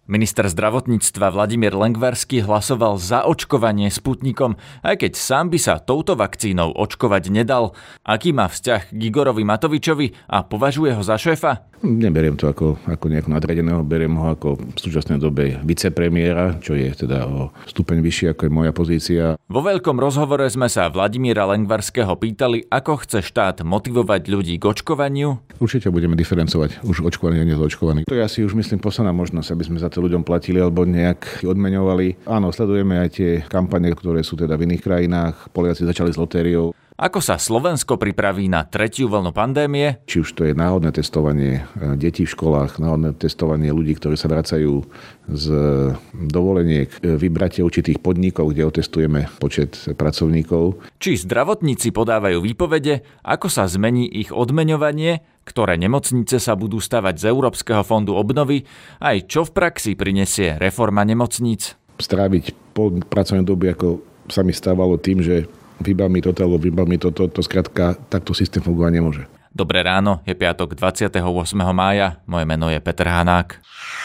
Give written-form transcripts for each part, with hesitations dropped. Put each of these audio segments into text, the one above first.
Minister zdravotníctva Vladimír Lengvarský hlasoval za očkovanie Sputnikom, aj keď sám by sa touto vakcínou očkovať nedal. Aký má vzťah k Igorovi Matovičovi a považuje ho za šéfa? Neberiem to ako nejakého nadriadeného, beriem ho ako v súčasnej dobe vicepremiéra, čo je teda o stupeň vyššie ako je moja pozícia. Vo veľkom rozhovore sme sa Vladimíra Lengvarského pýtali, ako chce štát motivovať ľudí k očkovaniu. Určite budeme diferencovať už očkovaných a nezaočkovaných. To je asi už myslím posledná možnosť, aby sme za to ľuďom platili alebo nejak odmeňovali. Áno, sledujeme aj tie kampane, ktoré sú teda v iných krajinách. Poliaci začali s lotériou. Ako sa Slovensko pripraví na tretiu vlnu pandémie? Či už to je náhodné testovanie detí v školách, náhodné testovanie ľudí, ktorí sa vracajú z dovoleniek, vybratie určitých podnikov, kde otestujeme počet pracovníkov. Či zdravotníci podávajú výpovede, ako sa zmení ich odmeňovanie, ktoré nemocnice sa budú stavať z Európskeho fondu obnovy, aj čo v praxi prinesie reforma nemocníc. Stráviť pol pracovnej doby, ako sa mi stávalo tým, že vybav mi toto, to skrátka takto systém fungovať nemôže. Dobré ráno, je piatok 28. mája, moje meno je Peter Hanák.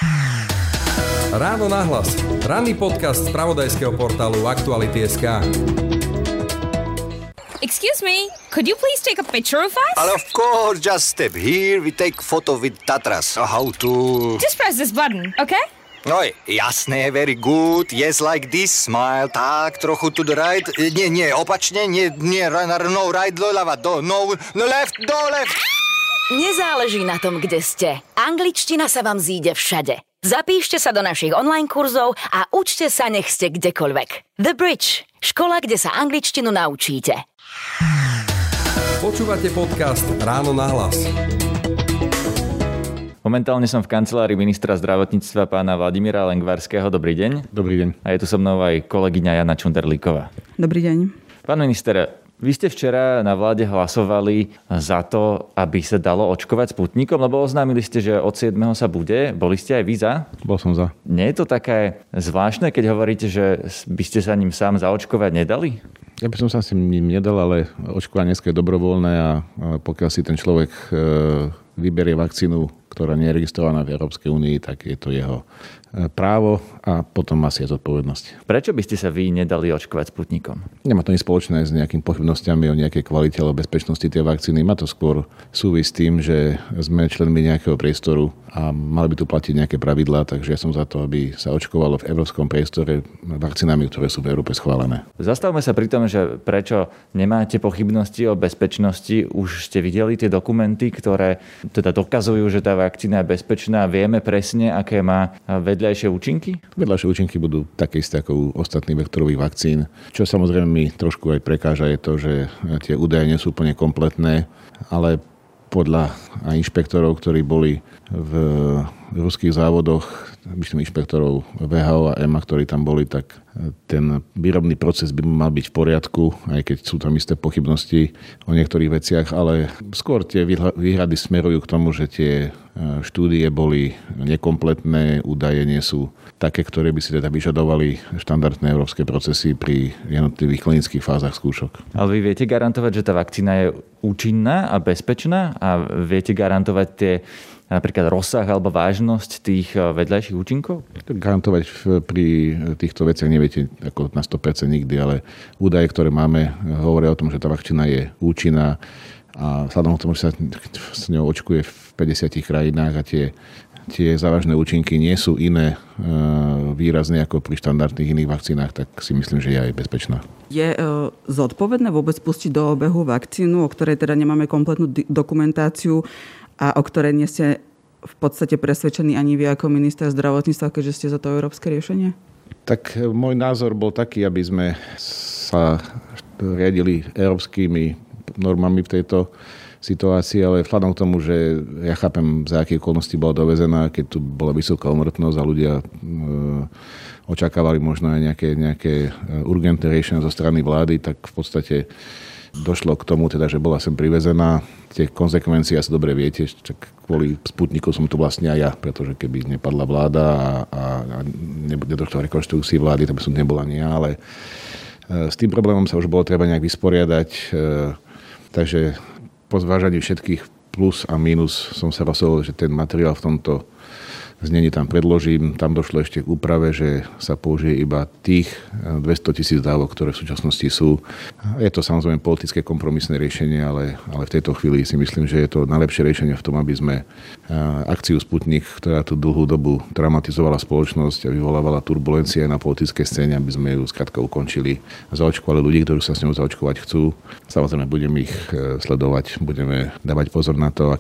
Ráno nahlas, ranný podcast z spravodajského portálu Aktuality.sk. Excuse me, could you please take a picture of us? Well, of course, just step here, we take photo with Tatras. How to... Just press this button, okay? Oj, jasné, very good. Yes, like this, smile, tak, trochu to the right. Nie, opačne, nie, no right, doľava, no left, do left. Nezáleží na tom, kde ste. Angličtina sa vám zíde všade. Zapíšte sa do našich online kurzov a učte sa, nech ste kdekoľvek. The Bridge, škola, kde sa angličtinu naučíte. Počúvate podcast Ráno nahlas. Momentálne som v kancelárii ministra zdravotníctva pána Vladimíra Lengvarského. Dobrý deň. Dobrý deň. A je tu so mnou aj kolegyňa Jana Čunderlíková. Dobrý deň. Pán minister, vy ste včera na vláde hlasovali za to, aby sa dalo očkovať Sputnikom, lebo oznámili ste, že od 7. sa bude. Boli ste aj vy za? Bol som za. Nie je to také zvláštne, keď hovoríte, že by ste sa ním sám zaočkovať nedali? Ja by som sa s ním nedal, ale očkovanie dneska je dobrovoľné a pokiaľ si ten človek vyberie vakcínu, ktorá nie je registrovaná v Európskej únii, tak je to jeho právo a potom asi je zodpovednosť. Prečo by ste sa vy nedali očkovať Sputnikom? Nemá to nič spoločné s nejakými pochybnosťami o nejakej kvalite alebo bezpečnosti tej vakcíny. Má to skôr súvisť s tým, že sme členmi nejakého priestoru a mali by tu platiť nejaké pravidlá, takže ja som za to, aby sa očkovalo v európskom priestore vakcínami, ktoré sú v Európe schválené. Zastavme sa pri tom, že prečo nemáte pochybnosti o bezpečnosti. Už ste videli tie dokumenty, ktoré teda dokazujú, že tá vakcína je bezpečná. Vieme presne, aké má vedľajšie účinky? Vedľajšie účinky budú také isté ako u ostatných vektorových vakcín. Čo samozrejme mi trošku aj prekáža je to, že tie údaje nie sú úplne kompletné, ale podľa inšpektorov, ktorí boli v ruských závodoch, myslím inšpektorov VHO a EMA, ktorí tam boli, tak ten výrobný proces by mal byť v poriadku, aj keď sú tam isté pochybnosti o niektorých veciach, ale skôr tie výhrady smerujú k tomu, že tie štúdie boli nekompletné, údaje nie sú také, ktoré by si teda vyžadovali štandardné európske procesy pri jednotlivých klinických fázach skúšok. Ale vy viete garantovať, že tá vakcína je účinná a bezpečná a viete garantovať tie napríklad rozsah alebo vážnosť tých vedľajších účinkov? Garantovať pri týchto veciach neviete ako na 100% nikdy, ale údaje, ktoré máme, hovoria o tom, že tá vakcína je účinná a vzhľadom k tomu, že sa s ňou očkuje v 50 krajinách a tie závažné účinky nie sú iné výrazne ako pri štandardných iných vakcínach, tak si myslím, že je aj bezpečná. Je zodpovedné vôbec pustiť do obehu vakcínu, o ktorej teda nemáme kompletnú dokumentáciu a o ktorej nie ste v podstate presvedčení ani vy ako minister zdravotníctva, keďže ste za to európske riešenie? Tak môj názor bol taký, aby sme sa riadili európskymi normami v tejto situácii, ale vzhľadom k tomu, že ja chápem, za aké okolnosti bola dovezená, keď tu bola vysoká úmrtnosť a ľudia očakávali možno aj nejaké urgentné riešenia zo strany vlády, tak v podstate došlo k tomu, teda, že bola sem privezená. Tie konsekvencie asi dobre viete, čak kvôli Sputniku som tu vlastne aj ja, pretože keby nepadla vláda a nedošlo k rekonštrukcii vlády, tak by som nebol ani ja, ale s tým problémom sa už bolo treba nejak vysporiadať. Takže po zvážaní všetkých plus a mínus som sa rozhodol, že ten materiál v tomto znenie tam predložím. Tam došlo ešte k úprave, že sa použije iba tých 200 000 dávok, ktoré v súčasnosti sú. Je to samozrejme politické kompromisné riešenie, ale v tejto chvíli si myslím, že je to najlepšie riešenie v tom, aby sme akciu Sputnik, ktorá tu dlhú dobu traumatizovala spoločnosť a vyvolávala turbulencie na politickej scéne, aby sme ju skrátka ukončili. Zaočkovali ľudí, ktorí sa s ňou zaočkovať chcú. Samozrejme, budeme ich sledovať, budeme dávať pozor na to,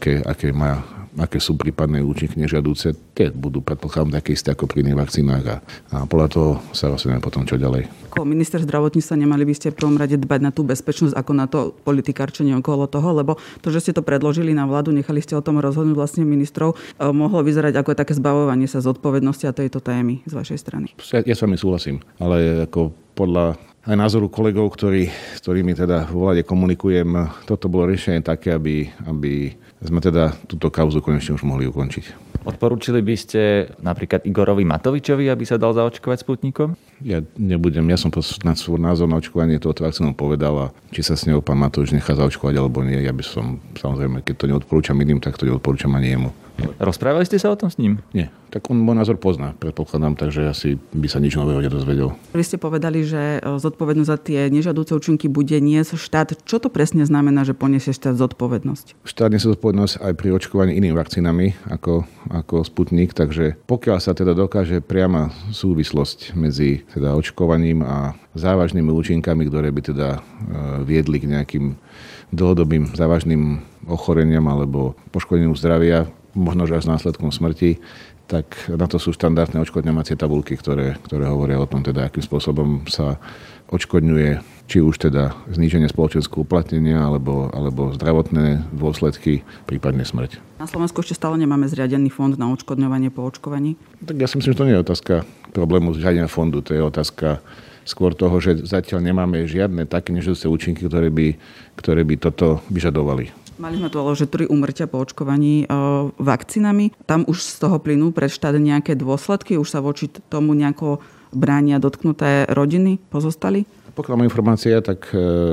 aké sú prípadné účinky nežiaduce. Tie budú predpokladám také isté ako pri iných vakcínach a podľa toho sa rozhodneme potom čo ďalej. Ako minister zdravotníctva nemali by ste v prvom rade dbať na tú bezpečnosť ako na to politikárčenie okolo toho, lebo to, že ste to predložili na vládu, nechali ste o tom rozhodnúť vlastne ministrov, mohlo vyzerať ako také zbavovanie sa zodpovednosti a tejto témy z vašej strany. Ja s vami súhlasím, ale ako podľa aj názoru kolegov, s ktorými teda vo vláde komunikujem, toto bolo riešenie také, aby sme teda túto kauzu konečne už mohli ukončiť. Odporúčili by ste napríklad Igorovi Matovičovi, aby sa dal zaočkovať Sputnikom? Ja nebudem, ja som na svoj názor na očkovanie tohoto vakcínou povedal a či sa s ňou pán Matovič nechá zaočkovať alebo nie, ja by som, samozrejme, keď to neodporúčam iným, tak to neodporúčam ani jemu. Rozprávali ste sa o tom s ním? Nie, tak on môj názor pozná, predpokladám, takže asi by sa nič nového nedozvedel. Vy ste povedali, že zodpovednosť za tie nežiaduce účinky bude niesť štát. Čo to presne znamená, že poniesie štát zodpovednosť? Štát nesie zodpovednosť aj pri očkovaní inými vakcínami ako Sputnik, takže pokiaľ sa teda dokáže priama súvislosť medzi teda očkovaním a závažnými účinkami, ktoré by teda viedli k nejakým dlhodobým závažným ochoreniam alebo poškodeniu zdravia, možno až s následkom smrti, tak na to sú štandardné odškodňovacie tabulky, ktoré hovoria o tom, teda, akým spôsobom sa odškodňuje, či už teda zníženie spoločenského uplatnenia alebo zdravotné dôsledky, prípadne smrť. Na Slovensku ešte stále nemáme zriadený fond na odškodňovanie po očkovaní? Tak ja si myslím, že to nie je otázka problému zriadenia fondu, to je otázka skôr toho, že zatiaľ nemáme žiadne také nežiaduce účinky, ktoré by toto vyžadovali. Mali sme tu ale, že 3 úmrtia po očkovaní vakcínami. Tam už z toho plynú pre štát nejaké dôsledky? Už sa voči tomu nejako bránia dotknuté rodiny pozostali? Pokiaľ mám informácia, tak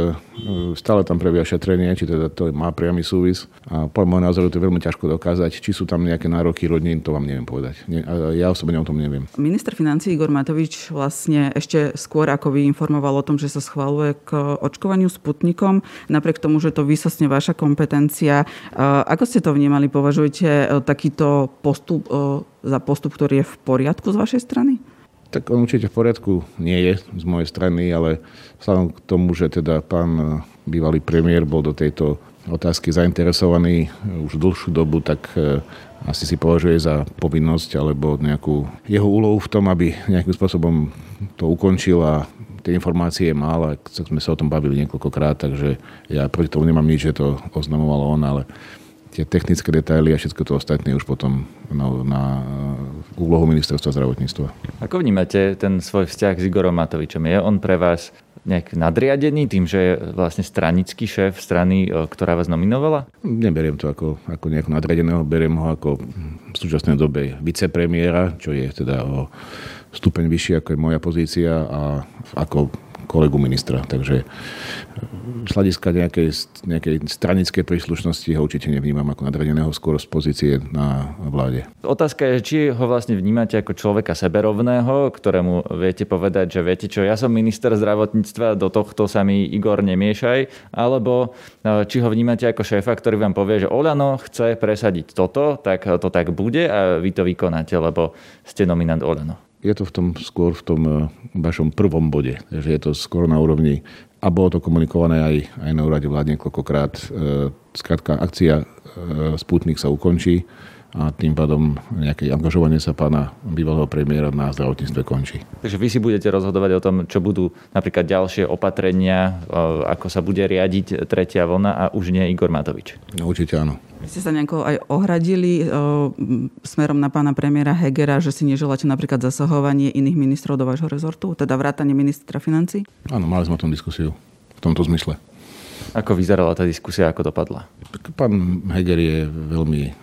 stále tam prebieha šetrenie, či teda to má priamy súvis. A podľa môjho názoru to je veľmi ťažko dokázať. Či sú tam nejaké nároky rodín, to vám neviem povedať. Ja osobne o tom neviem. Minister financií Igor Matovič vlastne ešte skôr ako vy informoval o tom, že sa schvaľuje k očkovaniu Sputnikom. Napriek tomu, že to výsostne vaša kompetencia. Ako ste to vnímali? Považujete takýto postup za postup, ktorý je v poriadku z vašej strany? Tak on určite v poriadku nie je z mojej strany, ale vzhľadom k tomu, že teda pán bývalý premiér bol do tejto otázky zainteresovaný už dlhšiu dobu, tak asi si považuje za povinnosť alebo nejakú jeho úlohu v tom, aby nejakým spôsobom to ukončil a tie informácie mal, a sme sa o tom bavili niekoľkokrát, takže ja proti tomu nemám nič, že to oznamoval on, ale tie technické detaily a všetko to ostatné už potom na úlohu ministerstva zdravotníctva. Ako vnímate ten svoj vzťah s Igorom Matovičom? Je on pre vás nejak nadriadený tým, že je vlastne stranický šéf strany, ktorá vás nominovala? Neberiem to ako nejakého nadriadeného, beriem ho ako v súčasnej dobe vicepremiéra, čo je teda o stupeň vyššie ako je moja pozícia a ako kolegu ministra. Takže z hľadiska nejakej stranickej príslušnosti ho určite nevnímam ako nadradeného, skôr z pozície na vláde. Otázka je, či ho vlastne vnímate ako človeka seberovného, ktorému viete povedať, že viete čo, ja som minister zdravotníctva, do tohto sa mi Igor nemiešaj, alebo či ho vnímate ako šéfa, ktorý vám povie, že Oľano chce presadiť toto, tak to tak bude a vy to vykonáte, lebo ste nominant Oľano. Je to skôr v tom vašom prvom bode, že je to skôr na úrovni a bolo to komunikované aj na úrade vlády niekoľkokrát. Skrátka, akcia Sputnik sa ukončí a tým pádom nejaké angažovanie sa pána bývalého premiéra na zdravotníctve končí. Takže vy si budete rozhodovať o tom, čo budú napríklad ďalšie opatrenia, ako sa bude riadiť tretia vlna a už nie Igor Matovič? No, určite áno. Vy ste sa nejako aj ohradili smerom na pána premiéra Hegera, že si neželáte napríklad zasahovanie iných ministrov do vášho rezortu, teda vrátane ministra financií? Áno, mali sme o tom diskusiu v tomto zmysle. Ako vyzerala tá diskusia, ako dopadla? Pán Heger je veľmi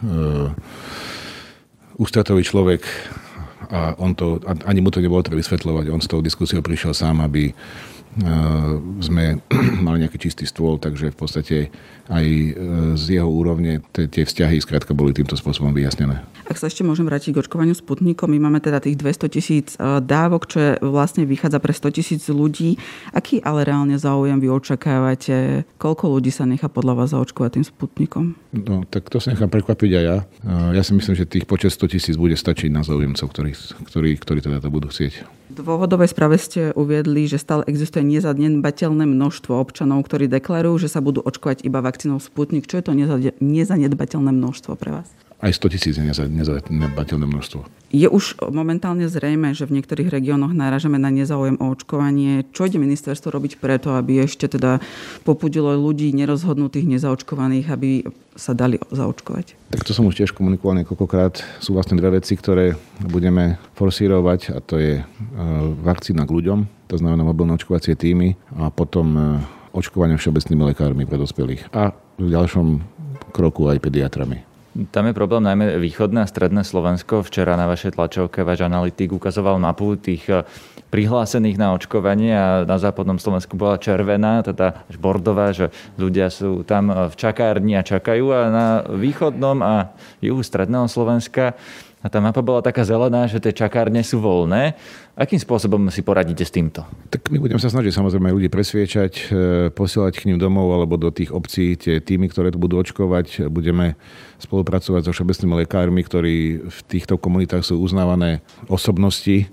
ústretový človek a on to, ani mu to nebolo treba vysvetľovať. On s tou diskusiou prišiel sám, aby sme mali nejaký čistý stôl, takže v podstate aj z jeho úrovne tie vzťahy skrátka boli týmto spôsobom vyjasnené. Ak sa ešte môžem vrátiť k očkovaniu Sputnikom, my máme teda tých 200 000 dávok, čo je vlastne vychádza pre 100 000 ľudí. Aký ale reálne záujem vy očakávate? Koľko ľudí sa nechá podľa vás zaočkovať tým Sputnikom? No, tak to sa nechám prekvapiť aj ja. Ja si myslím, že tých počet 100 000 bude stačiť na záujemcov, ktorí teda to budú chcieť. V dôvodovej správe ste uviedli, že stále existuje nezanedbateľné množstvo občanov, ktorí deklarujú, že sa budú očkovať iba vakcínou Sputnik. Čo je to nezanedbateľné množstvo pre vás? Aj 100 000 je nezanedbateľné množstvo. Je už momentálne zrejme, že v niektorých regiónoch narážame na nezáujem o očkovanie. Čo ide ministerstvo robiť preto, aby ešte teda popudilo ľudí nerozhodnutých, nezaočkovaných, aby sa dali zaočkovať? Tak to som už tiež komunikoval niekoľkokrát. Sú vlastne dve veci, ktoré budeme forsírovať, a to je vakcína k ľuďom, to znamená mobilné očkovacie tímy, a potom očkovanie všeobecnými lekármi pre dospelých. A v ďalšom kroku aj pediatrami. Tam je problém najmä východné a stredné Slovensko. Včera na vašej tlačovke váš analytik ukazoval mapu tých prihlásených na očkovanie a na západnom Slovensku bola červená, teda až bordová, že ľudia sú tam v čakárni a čakajú, a na východnom a juhu stredného Slovenska a tá mapa bola taká zelená, že tie čakárne sú voľné. Akým spôsobom si poradíte s týmto? Tak my budeme sa snažiť samozrejme ľudí presviečať, posielať k ním domov alebo do tých obcí tie týmy, ktoré tu budú očkovať. Budeme spolupracovať so všeobecnými lekármi, ktorí v týchto komunitách sú uznávané osobnosti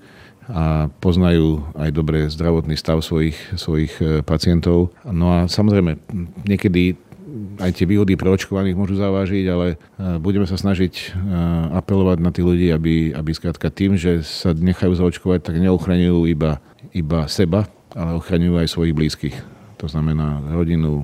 a poznajú aj dobre zdravotný stav svojich pacientov. No a samozrejme, niekedy aj tie výhody pre očkovaných môžu zavážiť, ale budeme sa snažiť apelovať na tých ľudí, aby skrátka tým, že sa nechajú zaočkovať, tak neochraňujú iba seba, ale ochraňujú aj svojich blízkych. To znamená rodinu,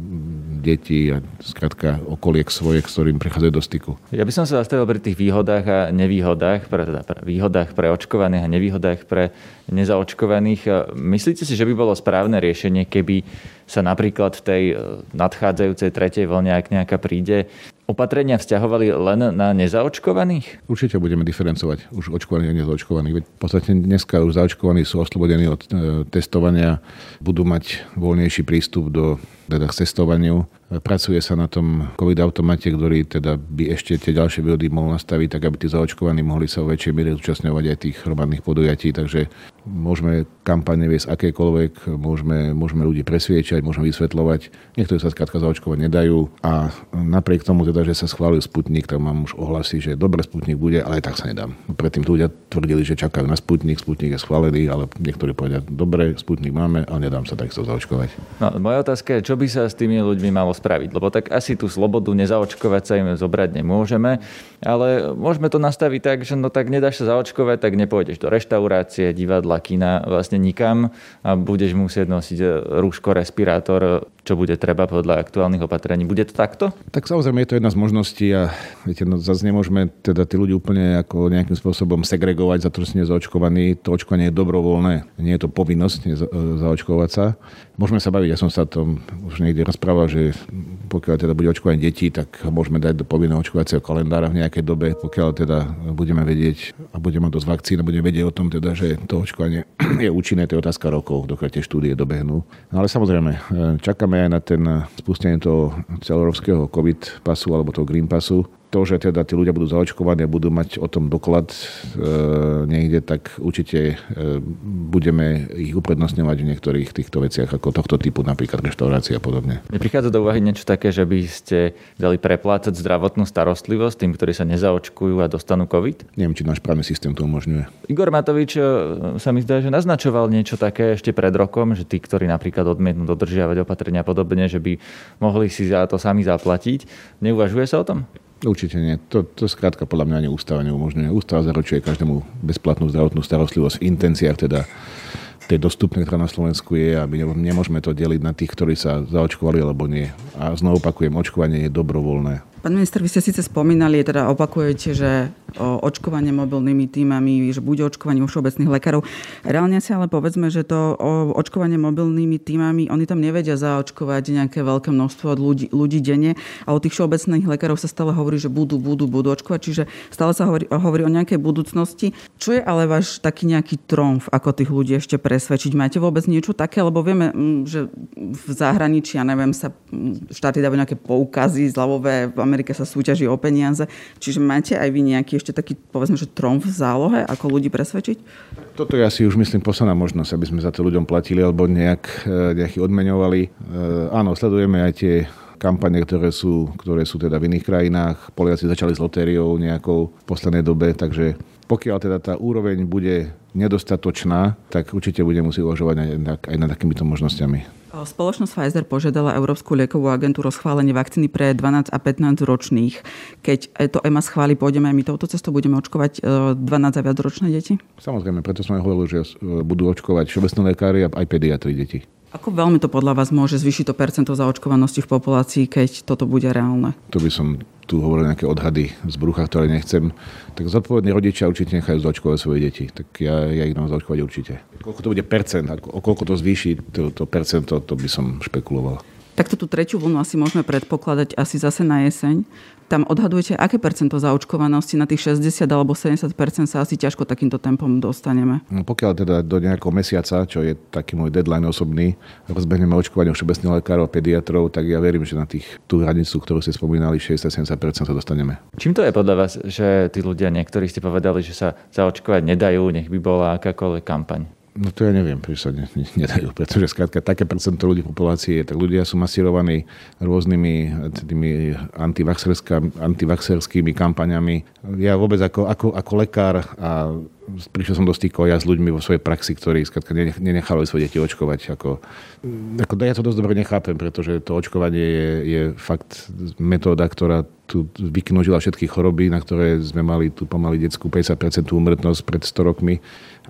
deti a skrátka okolie svoje, s ktorým prichádzajú do styku. Ja by som sa zastavil pri tých výhodách a nevýhodách, pre výhodách pre očkovaných a nevýhodách pre nezaočkovaných. Myslíte si, že by bolo správne riešenie, keby sa napríklad v tej nadchádzajúcej tretej vlne, ak nejaká príde, opatrenia vzťahovali len na nezaočkovaných? Určite budeme diferencovať už očkovaných a nezaočkovaných. Veď v podstate dneska už zaočkovaní sú oslobodení od testovania, budú mať voľnejší prístup k testovaniu. Pracuje sa na tom COVID-automate, ktorý teda by ešte tie ďalšie výhody mohol nastaviť, tak aby tí zaočkovaní mohli sa vo väčšej miere zúčastňovať aj tých hromadných podujatí. Takže môžeme kampane viesť akékoľvek, môžeme ľudí presviečať, môžeme vysvetľovať. Niektorí sa skrátka zaočkovať nedajú a napriek tomu teda, že sa schválil Sputnik, tak mám už ohlasy, že dobre Sputnik bude, ale aj tak sa nedám. Predtým ľudia tvrdili, že čakajú na Sputnik je schválený, ale niektorí povedia, dobre, Sputnik máme, ale nedám sa takisto zaočkovať. No, moja otázka je, čo by sa s tými ľuďmi malo spraviť? Lebo tak asi tú slobodu nezaočkovať sa im zobrať nemôžeme, ale môžeme to nastaviť tak, že no tak nedáš sa zaočkovať, tak nepôjdeš do reštaurácie, divadla, kina, vlastne nikam a budeš musieť nosiť rúško, respirátor, čo bude treba podľa aktuálnych opatrení. Bude to takto? Tak samozrejme je to jedna z možností a viete, no zase nemôžeme teda tí ľudí úplne ako nejakým spôsobom segregovať za to, že sú nezaočkovaní. To očkovanie je dobrovoľné, nie je to povinnosť zaočkovať sa. Môžeme sa baviť, ja som sa tom už niekde rozprával, že pokiaľ teda bude očkovanie detí, tak ho môžeme dať do povinného očkovacieho kalendára v nejakej dobe, pokiaľ teda budeme vedieť a budeme mať dosť vakcín a budeme vedieť o tom teda, že to očkovanie je účinné, to je otázka rokov, dokiaľ tie štúdie dobehnú. No ale samozrejme, čakáme aj na ten spustenie toho celoeurópskeho COVID pasu alebo toho Green pasu. To, že teda tí ľudia budú zaočkovaní a budú mať o tom doklad niekde, tak určite budeme ich uprednostňovať v niektorých týchto veciach ako tohto typu, napríklad reštaurácia a podobne. Neprichádza do úvahy niečo také, že by ste dali preplácať zdravotnú starostlivosť tým, ktorí sa nezaočkujú a dostanú COVID? Neviem, či náš právny systém to umožňuje. Igor Matovič sa mi zdá, že naznačoval niečo také ešte pred rokom, že tí, ktorí napríklad odmietnú dodržiavať opatrenia podobne, že by mohli si za to sami zaplatiť. Neuvažuje sa o tom? Určite nie. To skrátka podľa mňa ani ústava neumožňuje. Ústava zaručuje každému bezplatnú zdravotnú starostlivosť v intenciách teda tej dostupnej, ktorá na Slovensku je a my nemôžeme to deliť na tých, ktorí sa zaočkovali alebo nie. A znovu opakujem, očkovanie je dobrovoľné. Pán minister, vy ste síce spomínali, teda opakujete, že očkovanie mobilnými tímami, že bude očkovanie všeobecných lekárov. Reálne si ale povedzme, že to očkovanie mobilnými tímami, oni tam nevedia zaočkovať nejaké veľké množstvo ľudí denne a o tých všeobecných lekárov sa stále hovorí, že budú očkovať, čiže stále sa hovorí o nejakej budúcnosti. Čo je ale váš taký nejaký tromf, ako tých ľudí ešte presvedčiť? Máte vôbec niečo také? Lebo vieme, že v zahraničí, ja neviem, sa štáty dávajú nejaké poukazy zľavové, v Amerike sa súťaží o peniaze. Čiže máte aj vy nejaký ešte taký, povedzme, že tromf v zálohe, ako ľudí presvedčiť? Toto je asi už, myslím, posledná možnosť, aby sme za to ľuďom platili alebo nejaký odmeňovali. Áno, sledujeme aj tie kampane, ktoré sú teda v iných krajinách. Poliaci začali s lotériou nejakou v poslednej dobe, takže pokiaľ teda tá úroveň bude nedostatočná, tak určite bude musieť uvažovať aj nad takýmito možnosťami. Spoločnosť Pfizer požiadala Európsku liekovú agentúru o schválenie vakcíny pre 12 a 15 ročných. Keď to EMA schváli, pôjdeme aj my touto cestou, budeme očkovať 12 a viac ročné deti? Samozrejme, preto sme hovorili, že budú očkovať všeobecní lekári a aj pediatri deti. Ako veľmi to podľa vás môže zvýšiť to percento zaočkovanosti v populácii, keď toto bude reálne? To by som tu hovoril nejaké odhady z brucha, ktoré nechcem. Tak zodpovední rodičia určite nechajú zaočkovať svoje deti. Tak ja ich dám zaočkovať určite. Koľko to bude percent, o koľko to zvýši to percento, to by som špekuloval. Takto tú tretiu vlnu asi môžeme predpokladať asi zase na jeseň. Tam odhadujete, aké percento zaočkovanosti na tých 60 alebo 70% sa asi ťažko takýmto tempom dostaneme? No, pokiaľ teda do nejakého mesiaca, čo je taký môj deadline osobný, rozbehneme očkovanie všeobecných lekárov a pediatrov, tak ja verím, že na tú hranicu, ktorú ste spomínali, 60-70% sa dostaneme. Čím to je podľa vás, že tí ľudia, niektorí ste povedali, že sa zaočkovať nedajú, nech by bola akákoľvek kampaň? No to ja neviem, prečo sa nedajú, pretože skrátka také percento ľudí v populácii je, tak ľudia sú masírovaní rôznymi tými antivaxerskými kampaňami. Ja vôbec ako lekár a prišiel som do stykov ja s ľuďmi vo svojej praxi, ktorí skrátka nenechali svoje deti očkovať. Ja to dosť dobre nechápem, pretože to očkovanie je fakt metóda, ktorá tu vyknožila všetky choroby, na ktoré sme mali tu pomaly detskú 50% úmrtnosť pred 100 rokmi.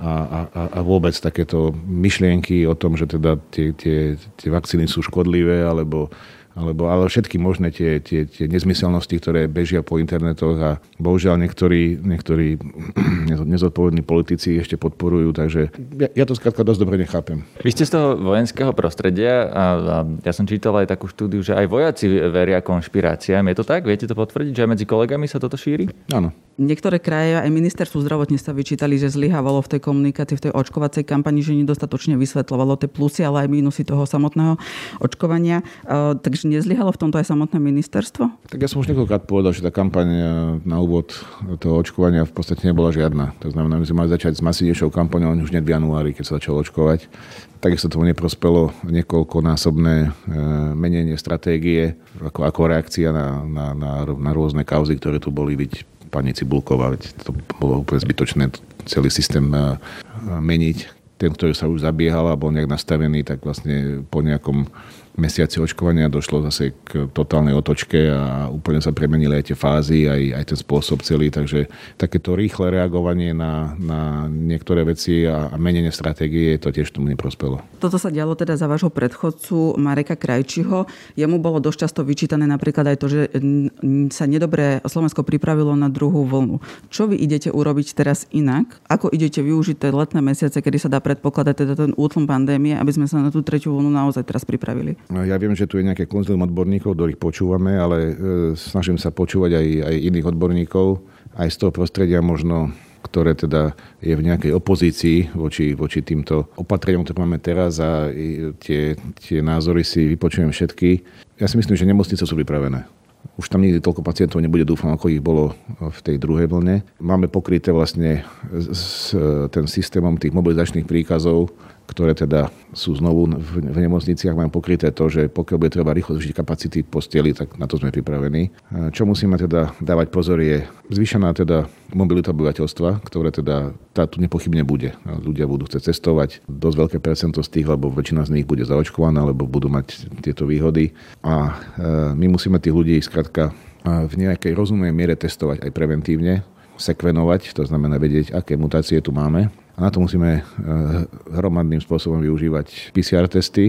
A vôbec takéto myšlienky o tom, že teda tie vakcíny sú škodlivé, ale všetky možné tie nezmyselnosti, ktoré bežia po internetoch a bohužiaľ niektorí nezodpovední politici ešte podporujú, takže ja to skrátka dosť dobre nechápem. Vy ste z toho vojenského prostredia a ja som čítal aj takú štúdiu, že aj vojaci veria konšpiráciám. Je to tak? Viete to potvrdiť, že aj medzi kolegami sa toto šíri? Áno. Niektoré kraje, aj ministerstvu zdravotníctva vyčítali, že zlyhávalo v tej komunikácii, v tej očkovacej kampani, že nedostatočne vysvetľovalo tie plusy, ale aj mínusy toho samotného očkovania. Takže nezlyhalo v tomto aj samotné ministerstvo? Tak ja som už niekoľkokrát povedal, že tá kampaň na úvod toho očkovania v podstate nebola žiadna. To znamená, že sme mali začať s masívnejšou kampaňou už nie v januári, keď sa začalo očkovať. Takisto tomu neprospelo niekoľkonásobné menenie stratégie ako reakcia na rôzne kauzy, ktoré tu boli, byť pani Cibulková, to bolo úplne zbytočné celý systém meniť. Ten, ktorý sa už zabiehal a bol nejak nastavený, tak vlastne po nejakom mesiaci očkovania došlo zase k totálnej otočke a úplne sa premenili aj tie fázy, aj ten spôsob celý. Takže takéto rýchle reagovanie na niektoré veci a menenie stratégie, to tiež tomu neprospelo. Toto sa dialo teda za vášho predchodcu Mareka Krajčího. Jemu bolo dosť často vyčítané napríklad aj to, že sa nedobre Slovensko pripravilo na druhú vlnu. Čo vy idete urobiť teraz inak? Ako idete využiť tie letné mesiace, kedy sa dá predpokladať teda ten útlm pandémie, aby sme sa na tú tretiu vlnu naozaj teraz pripravili? Ja viem, že tu je nejaké konzilium odborníkov, ktorých počúvame, ale snažím sa počúvať aj iných odborníkov, aj z toho prostredia možno, ktoré teda je v nejakej opozícii voči týmto opatreniam, ktoré máme teraz, a tie názory si vypočujem všetky. Ja si myslím, že nemocnice sú pripravené. Už tam nikdy toľko pacientov nebude, dúfam, ako ich bolo v tej druhej vlne. Máme pokryté vlastne ten systémom tých mobilizačných príkazov, ktoré teda sú znovu v nemocniciach, máme pokryté to, že pokiaľ bude treba rýchlo zvýšiť kapacity posteli, tak na to sme pripravení. Čo musíme teda dávať pozor je zvýšená teda mobilita obyvateľstva, ktoré teda tu nepochybne bude. Ľudia budú chcieť cestovať, dosť veľké percento z tých, lebo väčšina z nich bude zaočkovaná, alebo budú mať tieto výhody. A my musíme tých ľudí skrátka v nejakej rozumnej miere testovať aj preventívne, sekvenovať, to znamená vedieť, aké mutácie tu máme. A na to musíme hromadným spôsobom využívať PCR testy,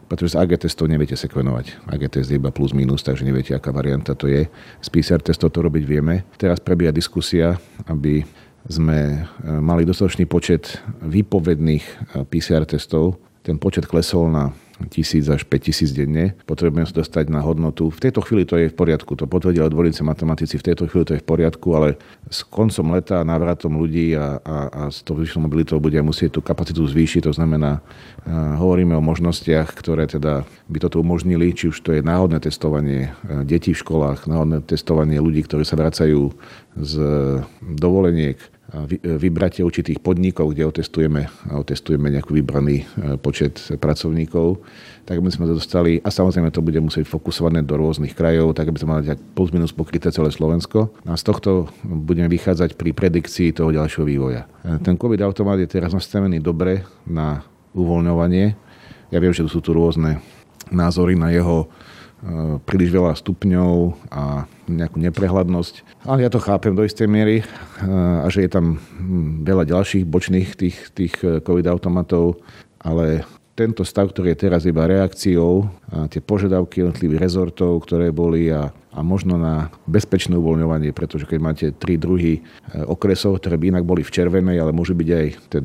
pretože z AG testov neviete sekvenovať. AG test je iba plus minus, takže neviete, aká varianta to je. Z PCR testov to robiť vieme. Teraz prebieha diskusia, aby sme mali dostatočný počet výpovedných PCR testov. Ten počet klesol na 1000 až 5000 denne. Potrebujeme sa dostať na hodnotu. V tejto chvíli to je v poriadku. To potvrdili odborníci matematici. V tejto chvíli to je v poriadku, ale s koncom leta, návratom ľudí a s tou vyššou mobilitou bude musieť tú kapacitu zvýšiť. To znamená, hovoríme o možnostiach, ktoré teda by toto umožnili, či už to je náhodné testovanie detí v školách, náhodné testovanie ľudí, ktorí sa vracajú z dovoleniek, vybratie určitých podnikov, kde otestujeme nejaký vybraný počet pracovníkov, tak aby sme to dostali, a samozrejme to bude musieť fokusované do rôznych krajov, tak aby sme mali plus minus pokryté celé Slovensko. A z tohto budeme vychádzať pri predikcii toho ďalšieho vývoja. Ten COVID automat je teraz nastavený dobre na uvoľňovanie. Ja viem, že sú tu rôzne názory na jeho príliš veľa stupňov a nejakú neprehľadnosť. Ale ja to chápem do istej miery a že je tam veľa ďalších bočných tých COVID automatov, ale tento stav, ktorý je teraz iba reakciou a tie požiadavky jednotlivých rezortov, ktoré boli a možno na bezpečné uvoľňovanie, pretože keď máte 3 druhy okresov, ktoré by inak boli v červenej, ale môžu byť aj,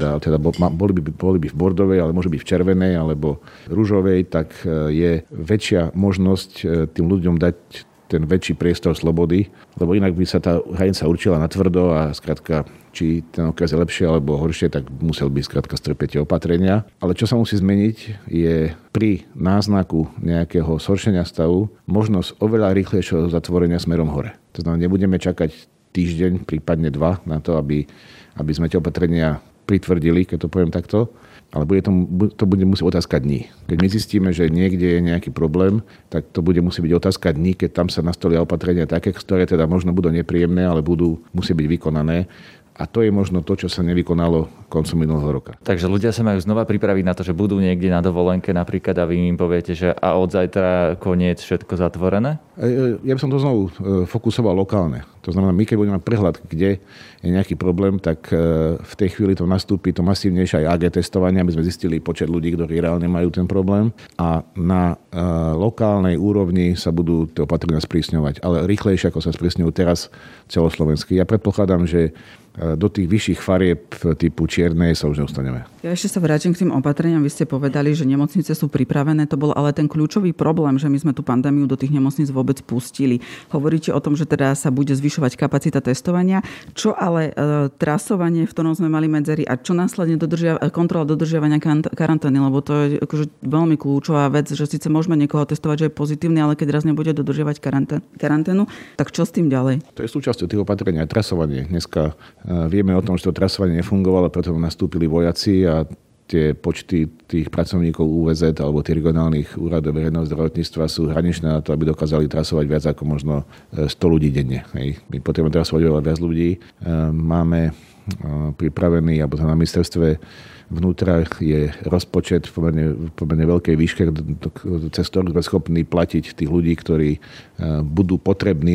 boli by v bordovej, ale môžu byť v červenej alebo ružovej, tak je väčšia možnosť tým ľuďom dať ten väčší priestor slobody, lebo inak by sa tá hranica určila natvrdo a skrátka, či ten okres je lepšie alebo horšie, tak musel by skrátka strpieť opatrenia. Ale čo sa musí zmeniť, je pri náznaku nejakého zhoršenia stavu možnosť oveľa rýchlejšieho zatvorenia smerom hore. To znamená, nebudeme čakať týždeň, prípadne 2 na to, aby sme tie opatrenia pritvrdili, keď to poviem takto, ale to bude musieť otázka dní. Keď my zistíme, že niekde je nejaký problém, tak to bude musieť byť otázka dní, keď tam sa nastolia opatrenia také, ktoré teda možno budú nepríjemné, ale musieť byť vykonané. A to je možno to, čo sa nevykonalo koncom minulého roka. Takže ľudia sa majú znova pripraviť na to, že budú niekde na dovolenke napríklad a vy im poviete, že a od zajtra koniec všetko zatvorené? Ja by som to znovu fokusoval lokálne. To znamená, my keď budeme mať prehľad, kde je nejaký problém, tak v tej chvíli to nastúpi to masívnejšie aj AG testovanie, aby sme zistili počet ľudí, ktorí reálne majú ten problém. A na lokálnej úrovni sa budú tie opatrenia sprísňovať, ale rýchlejšie, ako sa sprísňujú teraz celoslovenský. Ja predpokladám, že do tých vyšších farieb typu čiernej sa už neustaneme. Ja ešte sa vrátim k tým opatreniam. Vy ste povedali, že nemocnice sú pripravené. To bol ale ten kľúčový problém, že my sme tú pandémiu do tých nemocníc vôbec pustili. Hovoríte o tom, že teda sa bude zvyšovať kapacita testovania. Čo ale trasovanie, v ktorom sme mali medzery a čo následne kontrola dodržiavania karantény, lebo to je akože veľmi kľúčová vec, že síce môžeme niekoho testovať, že je pozitívny, ale keď raz nebude dodržiavať karanténu, tak čo s tým ďalej? To je súčasťou tých opatrenia, trasovanie. Dneska vieme o tom, že to trasovanie nefungovalo, preto nastúpili vojaci a tie počty tých pracovníkov UVZ alebo tých regionálnych úradov verejného zdravotníctva sú hraničné na to, aby dokázali trasovať viac ako možno 100 ľudí denne. Hej. My potrebujeme trasovať veľa viac ľudí. Máme pripravený, alebo na ministerstve vnútra je rozpočet v pomerne veľkej výške, cez ktorú sme schopní platiť tých ľudí, ktorí budú potrební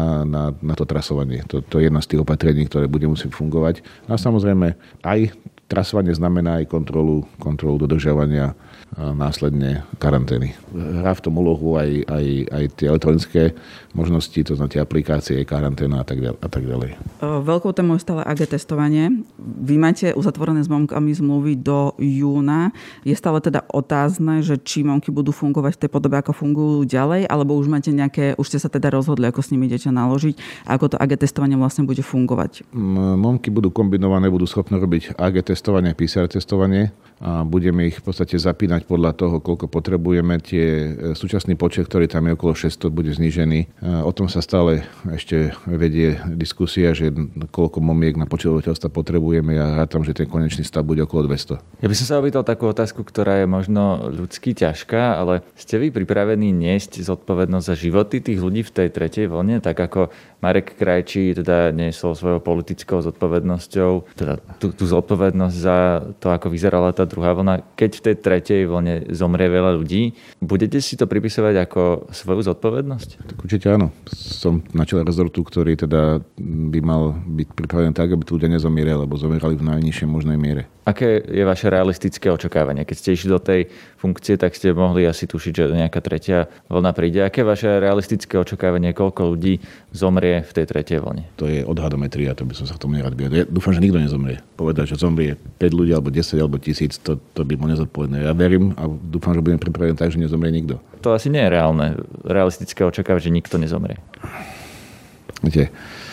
na to trasovanie. To je jedna z tých opatrení, ktoré bude musieť fungovať. A samozrejme aj trasovanie znamená aj kontrolu dodržiavania a následne karantény. Hrá v tom úlohu aj tie elektronické možnosti, to znamená tie aplikácie, karanténa a tak ďalej. Veľkou témou je stále AG testovanie. Vy máte uzatvorené s MOMkami zmluvy do júna. Je stále teda otázne, že či MOMky budú fungovať v tej podobe, ako fungujú ďalej, alebo už máte už ste sa teda rozhodli, ako s nimi idete naložiť a ako to AG testovanie vlastne bude fungovať? MOMky budú kombinované, budú schopné robiť AG testovanie, PCR testovanie a budeme ich v podstate zapínať podľa toho, koľko potrebujeme. Súčasný počet, ktorý tam je okolo 600, bude znížený. O tom sa stále ešte vedie diskusia, že koľko momiek na počet obyvateľstva potrebujeme. Ja rátam, že ten konečný stav bude okolo 200. Ja by som sa opýtal takú otázku, ktorá je možno ľudsky ťažká, ale ste vy pripravení niesť zodpovednosť za životy tých ľudí v tej tretej vlne, tak ako Marek Krajčí teda niesol svojou politickou zodpovednosťou, teda tú zodpovednosť za to, ako vyzerala tá druhá vlna. Keď v tej tretej vlne zomrie veľa ľudí, budete si to pripisovať ako svoju zodpovednosť? Tak určite áno. Som na čele rezortu, ktorý teda by mal byť pripravený tak, aby tu ľudia nezomierali, alebo zomierali v najnižšej možnej miere. Aké je vaše realistické očakávanie? Keď ste išli do tej funkcie, tak ste mohli asi tušiť, že nejaká tretia vlna príde. Aké je vaše realistické očakávanie, koľko ľudí zomrie v tej tretej vlne? To je odhadometria, to by som sa k tomu nerad vyjadril. Ja dúfam, že nikto nezomrie. Povedať, že zomrie 5 ľudí, alebo 10, alebo 1000, to by bolo nezodpovedné. Ja verím a dúfam, že budem pripravený tak, že nezomrie nikto. To asi nie je reálne. Realistické očakávať, že nikto nezomrie. Viete,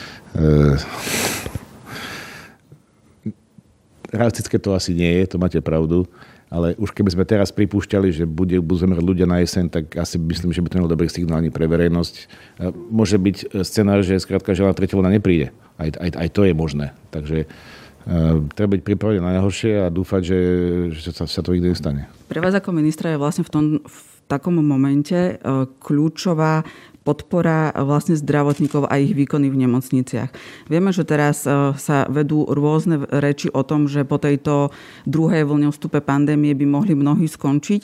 realistické to asi nie je, to máte pravdu, ale už keby sme teraz pripúšťali, že budú zomrieť ľudia na jeseň, tak asi myslím, že by to nebol dobrý signál ani pre verejnosť. Môže byť scenár, že skrátka želá tretia vlna nepríde. Aj to je možné. Takže treba byť pripravený na najhoršie a dúfať, že sa to nikdy nestane. Pre vás ako ministra je vlastne v takom momente kľúčová podpora vlastne zdravotníkov a ich výkony v nemocniciach. Vieme, že teraz sa vedú rôzne reči o tom, že po tejto druhej vlne vstupe pandémie by mohli mnohí skončiť.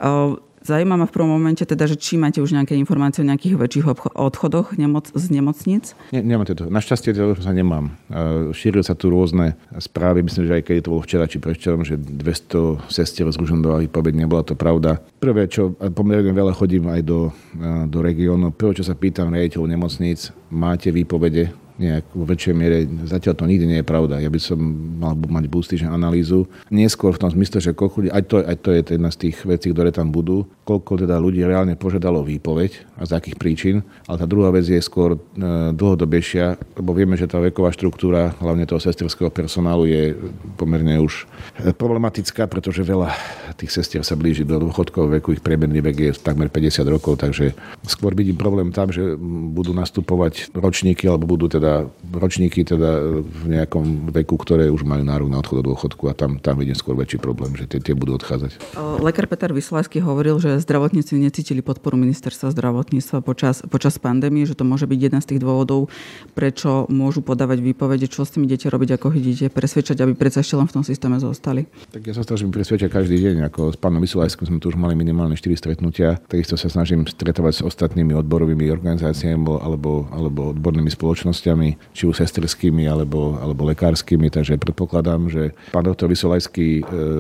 Zaujíma ma v prvom momente teda, že či máte už nejaké informácie o nejakých väčších odchodoch z nemocnic? Nemáte to. Našťastie to sa nemám. Šírili sa tu rôzne správy, myslím, že aj keď to bolo včera či predvčerom, že 200 sestier z Ružomberka výpoveď, nebola to pravda. Prvé, čo pomerne veľa chodím aj do regiónu, prvé, čo sa pýtam riaditeľov nemocníc, máte výpovede? Nejak vo väčšej miere, zatiaľ to nikdy nie je pravda. Ja by som mal mať budúci týždeň analýzu. Neskôr v tom zmysle, že koľko ľudí, aj to je jedna z tých vecí, ktoré tam budú, koľko teda ľudí reálne požiadalo výpoveď a z akých príčin. Ale tá druhá vec je skôr dlhodobejšia, lebo vieme, že tá veková štruktúra, hlavne toho sesterského personálu, je pomerne už problematická, pretože veľa tých sestier sa blíži do dôchodkového veku, ich priemerný vek je takmer 50 rokov, takže skôr vidím problém tam, že budú nastupovať ročníky, alebo budú ročníky v nejakom veku, ktoré už majú nárok na odchod do dôchodku a tam vidím skôr väčší problém, že tie budú odchádzať. Lekár Peter Vysolajský hovoril, že zdravotníci necítili podporu ministerstva zdravotníctva počas pandémie, že to môže byť jeden z tých dôvodov, prečo môžu podávať výpovede, čo s tými idete robiť, ako ich idete presvedčať, aby predsa ešte len v tom systéme zostali. Tak ja sa snažím presvedčať každý deň, ako s pánom Vysolajským sme tu už mali minimálne 4 stretnutia, takisto sa snažím stretávať s ostatnými odborovými organizáciami alebo odbornými spoločnosťami, či už sesterskými alebo lekárskymi, takže predpokladám, že pán doktor Vysolajský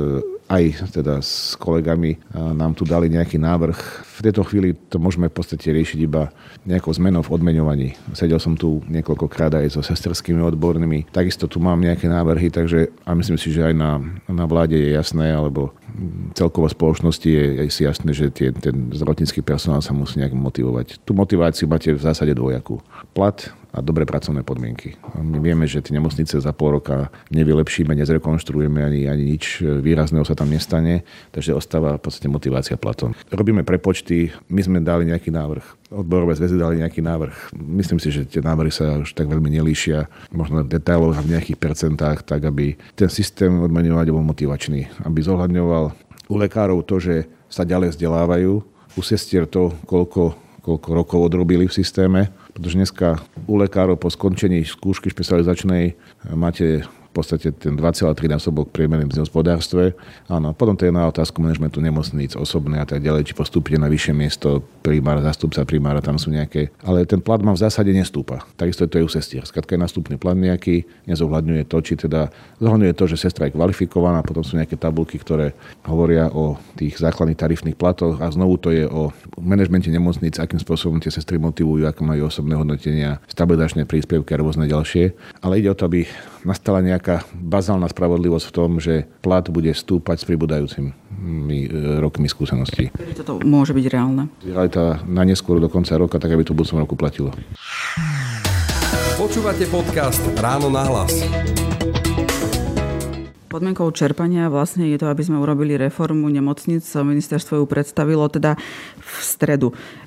aj teda s kolegami nám tu dali nejaký návrh. V tejto chvíli to môžeme v podstate riešiť iba nejakou zmenou v odmeňovaní. Sedel som tu niekoľkokrát aj so sesterskými odbornými. Takisto tu mám nejaké návrhy, takže a myslím si, že aj na vláde je jasné, alebo celkovo spoločnosti je si jasné, že ten zdravotnícky personál sa musí nejak motivovať. Tú motiváciu máte v zásade dvojakú. Plat a dobré pracovné podmienky. My vieme, že tie nemocnice za pol roka nevylepšíme, nezrekonštruujeme, ani nič výrazného sa tam nestane, takže ostáva v podstate motivácia platom. Robíme prepočty, my sme dali nejaký návrh, odborové zväzy dali nejaký návrh. Myslím si, že tie návrhy sa už tak veľmi nelíšia, možno detailov v nejakých percentách, tak aby ten systém odmeňovania bol motivačný, aby zohľadňoval u lekárov to, že sa ďalej vzdelávajú, u sestier to, koľko rokov odrobili v systéme, pretože dneska u lekárov po skončení skúšky špecializačnej máte v podstate ten 2,3 násobok priemerný mzdy v hospodárstve. Áno, potom to je na otázku manažmentu nemocníc, osobné a tak ďalej, či postúpite na vyššie miesto, primár, zástupca primára, tam sú nejaké. Ale ten plat vám v zásade nestúpa. Takisto to je u sestier. Skrátka je nástupný plat nejaký, nezohľadňuje to, či teda zohľadňuje to, že sestra je kvalifikovaná, potom sú nejaké tabulky, ktoré hovoria o tých základných tarifných platoch a znovu to je o manažmente nemocníc, akým spôsobom tie sestry motivujú, aké majú osobné hodnotenia, stabilizačné príspevky a rôzne ďalšie. Ale ide o to, aby nastala nejaká bazálna spravodlivosť v tom, že plat bude stúpať s pribúdajúcimi rokmi skúseností. Kedy toto môže byť reálne? Realita na neskôr do konca roka, tak aby to v budúcom roku platilo. Počúvate podcast Ráno na hlas. Podmienkou čerpania vlastne je to, aby sme urobili reformu nemocnic. Ministerstvo ju predstavilo teda v stredu.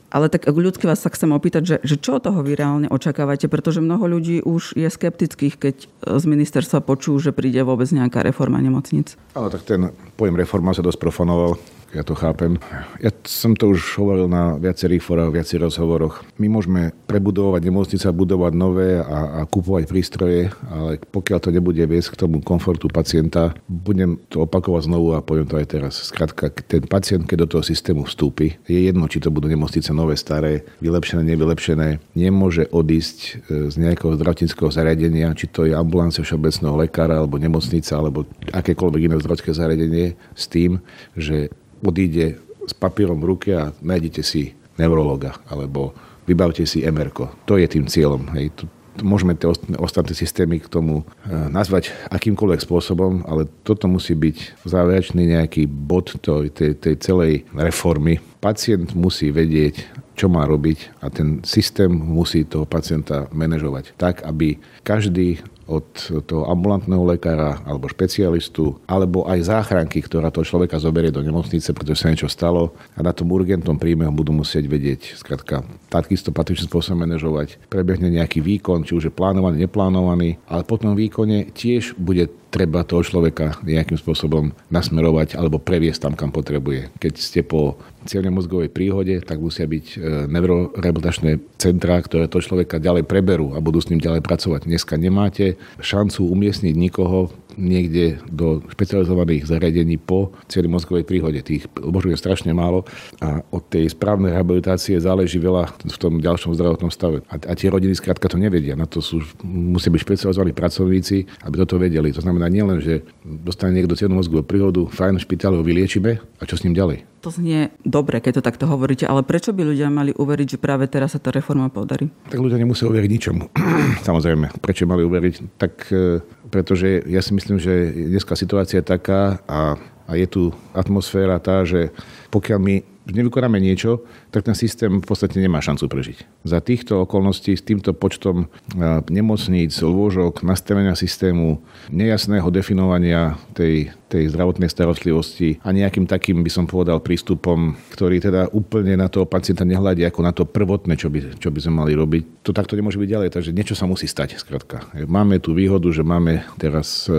Ale tak ľudsky vás sa chcem opýtať, že čo od toho vy reálne očakávate, pretože mnoho ľudí už je skeptických, keď z ministerstva počujú, že príde vôbec nejaká reforma nemocnic. Áno, tak ten pojem reforma sa dosť profanoval. Ja to chápem. Ja som to už hovoril na viacerých fórach, viacerých rozhovoroch. My môžeme prebudovať nemocnice a budovať nové a kupovať prístroje, ale pokiaľ to nebude viesť k tomu komfortu pacienta, budem to opakovať znovu a poviem to aj teraz. Skrátka, ten pacient, keď do toho systému vstúpi, je jedno, či to budú nemocnice nové, staré, vylepšené, nevylepšené, nemôže odísť z nejakého zdravotníckeho zariadenia, či to je ambulancia všeobecného lekára, alebo nemocnica, alebo akékoľvek iné zdravotnícke zariadenie s tým, že odíde s papierom v ruke a nájdete si neurologa, alebo vybavte si MR-ko. To je tým cieľom. Hej. Môžeme tie ostatné systémy k tomu nazvať akýmkoľvek spôsobom, ale toto musí byť záverečný nejaký bod tej celej reformy. Pacient musí vedieť, čo má robiť a ten systém musí toho pacienta manažovať tak, aby každý od toho ambulantného lekára alebo špecialistu, alebo aj záchranky, ktorá toho človeka zoberie do nemocnice, pretože sa niečo stalo a na tom urgentnom príjme ho budú musieť vedieť. Skrátka, takisto patričným spôsobom manažovať. Prebehne nejaký výkon, či už je plánovaný, neplánovaný, ale po tom výkone tiež bude treba toho človeka nejakým spôsobom nasmerovať alebo previesť tam, kam potrebuje. Keď ste po cievne-mozgovej príhode, tak musia byť neurorehabilitačné centrá, ktoré toho človeka ďalej preberú a budú s ním ďalej pracovať. Dneska nemáte šancu umiestniť nikoho niekde do špecializovaných zariadení po cievne-mozgovej príhode. Tých možno je strašne málo a od tej správnej rehabilitácie záleží veľa v tom ďalšom zdravotnom stave. A tie rodiny skrátka to nevedia. Na to musia byť špecializovaní pracovníci, aby toto vedeli. To znamená nielen, že dostane niekto cievne-mozgovú príhodu, fajn, špitále ho vyliečime a čo s ním ďalej? To znie dobre, keď to takto hovoríte, ale prečo by ľudia mali uveriť, že práve teraz sa tá reforma podarí? Tak ľudia nemusia uveriť ničomu. Samozrejme, prečo mali uveriť? Tak pretože ja si myslím, že dneska situácia je taká a je tu atmosféra tá, že pokiaľ my nevykonáme niečo, tak ten systém v podstate nemá šancu prežiť. Za týchto okolností, s týmto počtom nemocníc, lôžok, nastavenia systému, nejasného definovania tej zdravotnej starostlivosti a nejakým takým, by som povedal, prístupom, ktorý teda úplne na toho pacienta nehľadí ako na to prvotné, čo by sme mali robiť. To takto nemôže byť ďalej, takže niečo sa musí stať, skrátka. Máme tú výhodu, že máme teraz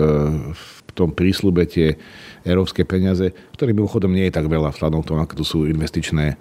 v tom prísľube tie európske peniaze, ktorých mimochodom nie je tak veľa, vzhľadom toho, aké tu sú investičné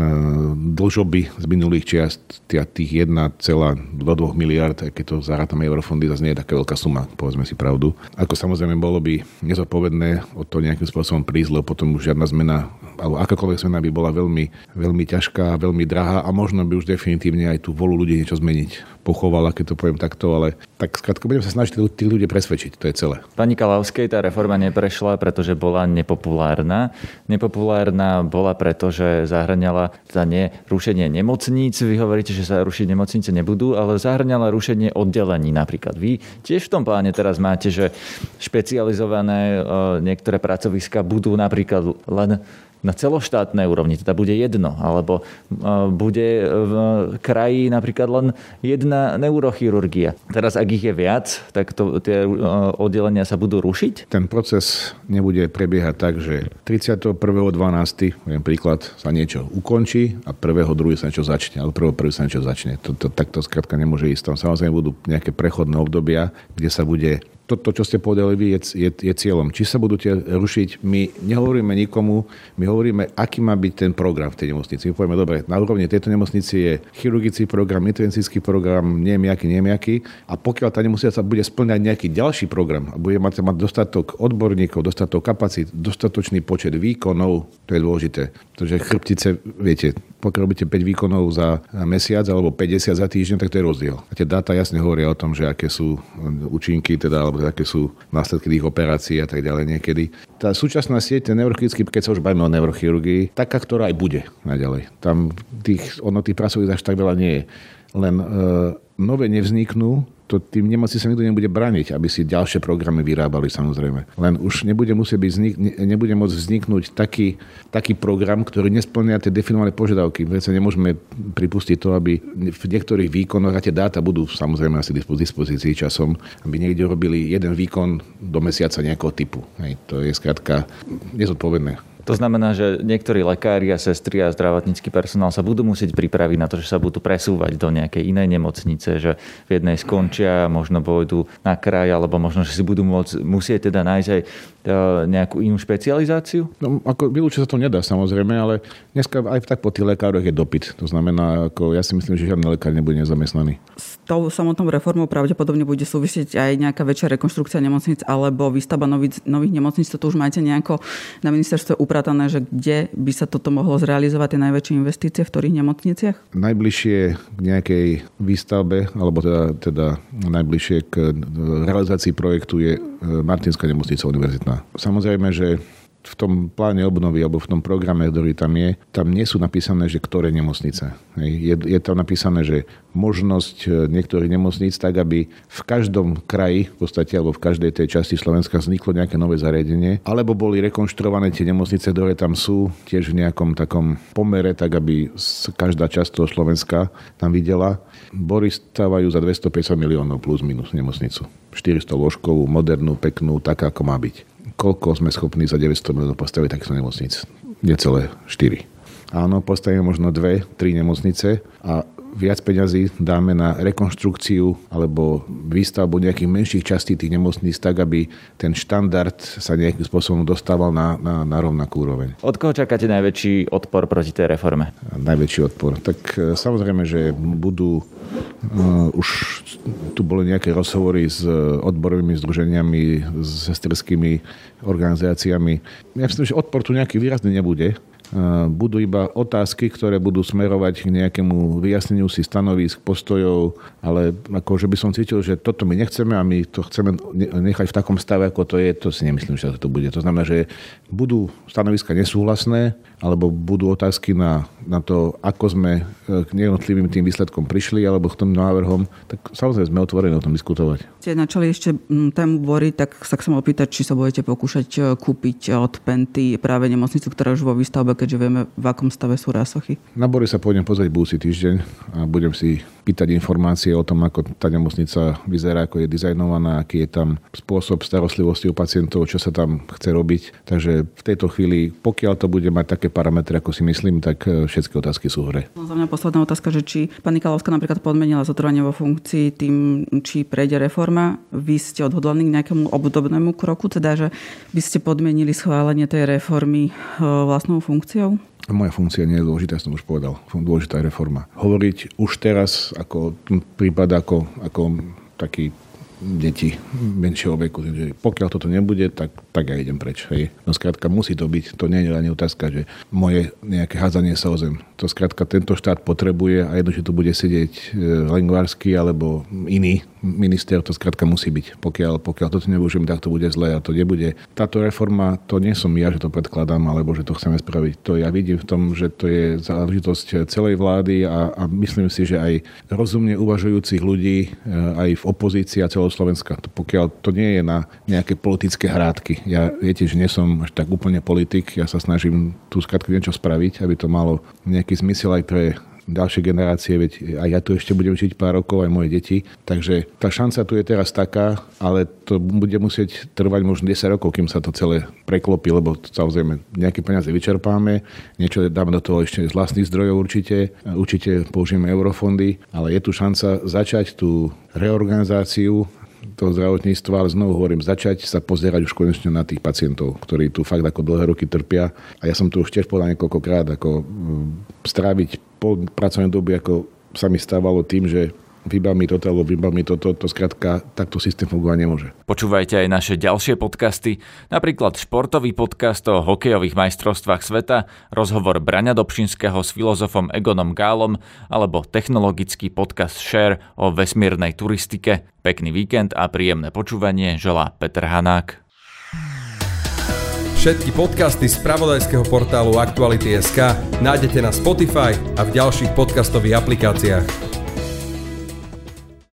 dlžoby z minulých čiast, tých 1,2 miliard, keď to zarátame eurofondy, zase nie je taká veľká suma, povedzme si pravdu. Ako samozrejme bolo by nezodpovedné od toho nejakým spôsobom prísť, lebo potom už žiadna zmena, alebo akákoľvek zmena by bola veľmi, veľmi ťažká, veľmi drahá a možno by už definitívne aj tú volu ľudí niečo zmeniť pochovala, keď to poviem takto, ale tak skrátka budeme sa snažiť tí ľudia presvedčiť, to je celé. Pani Kalavskej tá reforma neprešla, pretože bola nepopulárna. Nepopulárna bola preto, že zahŕňala teda nie rušenie nemocníc, vy hovoríte, že sa rušiť nemocnice nebudú, ale zahŕňala rušenie oddelení napríklad. Vy tiež v tom pláne teraz máte, že špecializované niektoré pracoviska budú napríklad len na celoštátnej úrovni, teda bude jedno, alebo bude v kraji napríklad len jedna neurochirurgia. Teraz, ak ich je viac, tak tie oddelenia sa budú rušiť? Ten proces nebude prebiehať tak, že 31.12., poviem príklad, sa niečo ukončí a 1.2. sa niečo začne, alebo 1.1. sa niečo začne. Takto skrátka nemôže ísť. Tam samozrejme budú nejaké prechodné obdobia, kde sa bude to, čo ste povedali vy, je cieľom. Či sa budú tie rušiť, my nehovoríme nikomu, my hovoríme, aký má byť ten program v tej nemocnici. My povieme, dobre, na úrovni tejto nemocnici je chirurgický program, intervencijský program, nemiaký. A pokiaľ tá nemocnica bude spĺňať nejaký ďalší program a bude mať dostatok odborníkov, dostatok kapacít, dostatočný počet výkonov, to je dôležité. Pretože chrbtice, viete, pokiaľ robíte 5 výkonov za mesiac alebo 50 za týždeň, tak to je rozdiel. A tie dáta jasne hovoria o tom, že aké sú účinky, teda, alebo aké sú následky tých operácií a tak ďalej niekedy. Tá súčasná sieť neurochirurgický, keď sa už bavíme o neurochirurgii, taká, ktorá aj bude naďalej. Tam tých pracovníc až tak veľa nie je. Len nové nevzniknú, to tým nemocnici sa nikto nebude braniť, aby si ďalšie programy vyrábali, samozrejme. Len už nebude môcť vzniknúť taký program, ktorý nesplňa tie definované požiadavky. Veď sa nemôžeme pripustiť to, aby v niektorých výkonoch, a tie dáta budú samozrejme asi v dispozícii časom, aby niekde robili jeden výkon do mesiaca nejakého typu. Hej, to je skrátka nezodpovedné. To znamená, že niektorí lekári a sestry a zdravotnícky personál sa budú musieť pripraviť na to, že sa budú presúvať do nejakej inej nemocnice, že v jednej skončia, možno pôjdu na kraj, alebo možno, že si budú musieť teda nájsť aj nejakú inú špecializáciu? No, ako vylúčiť sa to nedá, samozrejme, ale dneska aj tak po tých lekároch je dopyt. To znamená, ako ja si myslím, že žiadny lekár nebude nezamestnaný. S tou samotnou reformou pravdepodobne bude súvisieť aj nejaká väčšia rekonštrukcia nemocníc alebo výstavba nových nemocníc. To už máte nejako na ministerstve upratané, že kde by sa toto mohlo zrealizovať, tie najväčšie investície, v ktorých nemocniciach? Najbližšie k nejakej výstavbe, alebo teda najbližšie k realizácii projektu je Martinská nemocnica univerzitná. Samozrejme, že v tom pláne obnovy alebo v tom programe, ktorý tam je, tam nie sú napísané, že ktoré nemocnice. Je tam napísané, že možnosť niektorých nemocníc tak, aby v každom kraji, v podstate, alebo v každej tej časti Slovenska vzniklo nejaké nové zariadenie, alebo boli rekonštruované tie nemocnice, ktoré tam sú, tiež v nejakom takom pomere, tak aby každá časť toho Slovenska tam videla. Bory stávajú za 250 miliónov plus minus nemocnicu. 400 lôžkovú, modernú, peknú, taká, ako má byť. Koľko sme schopní za 900 miliónov postaviť takýchto nemocnic? Necelé 4. Áno, postavíme možno 2-3 nemocnice a viac peňazí dáme na rekonštrukciu alebo výstavbu nejakých menších častí tých nemocníc tak, aby ten štandard sa nejakým spôsobom dostával na rovnakú úroveň. Od koho čakáte najväčší odpor proti tej reforme? Najväčší odpor? Tak samozrejme, že budú už tu boli nejaké rozhovory s odborovými združeniami, s sesterskými organizáciami. Ja myslím, že odpor tu nejaký výrazný nebude. Budú iba otázky, ktoré budú smerovať k nejakému vyjasneniu si stanovísk, postojov, ale akože by som cítil, že toto my nechceme a my to chceme nechať v takom stave, ako to je, to si nemyslím, že to bude. To znamená, že budú stanoviska nesúhlasné, alebo budú otázky na to, ako sme k jednotlivým tým výsledkom prišli, alebo k tom návrhom, tak samozrejme sme otvorení o tom diskutovať. Ste načali ešte tému Bory, tak sa chcem opýtať, či sa budete pokúšať kúpiť od Penty práve nemocnicu, ktorá už vo výstavbe, keďže vieme, v akom stave sú rásochy. Na Bory sa pôjdem pozrieť budúci týždeň a budem si pýtať informácie o tom, ako tá nemocnica vyzerá, ako je dizajnovaná, aký je tam spôsob starostlivosti u pacientov, čo sa tam chce robiť. Takže v tejto chvíli, pokiaľ to bude mať také parametre, ako si myslím, tak všetky otázky sú v hre. Za mňa posledná otázka, že či pani Kalovská napríklad podmenila zotrvanie vo funkcii tým, či prejde reforma. Vy ste odhodlaní k nejakému obdobnému kroku, teda, že by ste podmenili schválenie tej reformy vlastnou funkciou? Moja funkcia nie je dôležitá, som už povedal. Dôležitá je reforma. Hovoriť už teraz, ako prípada ako taký deti menšieho veku. Pokiaľ toto nebude, tak ja idem preč. Hej. No skrátka musí to byť. To nie je ani otázka, že moje nejaké hádzanie sa o zem. To skrátka tento štát potrebuje a jedno, že tu bude sedieť Lengvarský alebo iný minister, to skrátka musí byť. Pokiaľ toto nebudeme, tak to bude zle a to nebude. Táto reforma, to nie som ja, že to predkladám, alebo že to chceme spraviť. To ja vidím v tom, že to je záležitosť celej vlády a myslím si, že aj rozumne uvažujúcich ľudí aj v opozícii a celoslovenská. Pokiaľ to nie je na nejaké politické hrádky. Ja viete, že nie som až tak úplne politik. Ja sa snažím tu skrátka niečo spraviť, aby to malo nejaký zmysel aj pre ďalšie generácie, veď aj ja tu ešte budem žiť pár rokov, aj moje deti. Takže tá šanca tu je teraz taká, ale to bude musieť trvať možno 10 rokov, kým sa to celé preklopí, lebo samozrejme nejaké peniaze vyčerpáme, niečo dáme do toho ešte z vlastných zdrojov určite použijeme eurofondy, ale je tu šanca začať tú reorganizáciu toho zdravotníctva, ale znovu hovorím, začať sa pozerať už konečne na tých pacientov, ktorí tu fakt ako dlhé roky trpia. A ja som tu už tiež povedal niekoľkokrát, ako stráviť pol pracovnej doby, ako sa mi stávalo tým, že vybav mi toto, to skrátka takto systém fungovať nemôže. Počúvajte aj naše ďalšie podcasty, napríklad športový podcast o hokejových majstrovstvách sveta, rozhovor Braňa Dobšinského s filozofom Egonom Gálom alebo technologický podcast Share o vesmírnej turistike. Pekný víkend a príjemné počúvanie želá Peter Hanák. Všetky podcasty z spravodajského portálu Aktuality.sk nájdete na Spotify a v ďalších podcastových aplikáciách.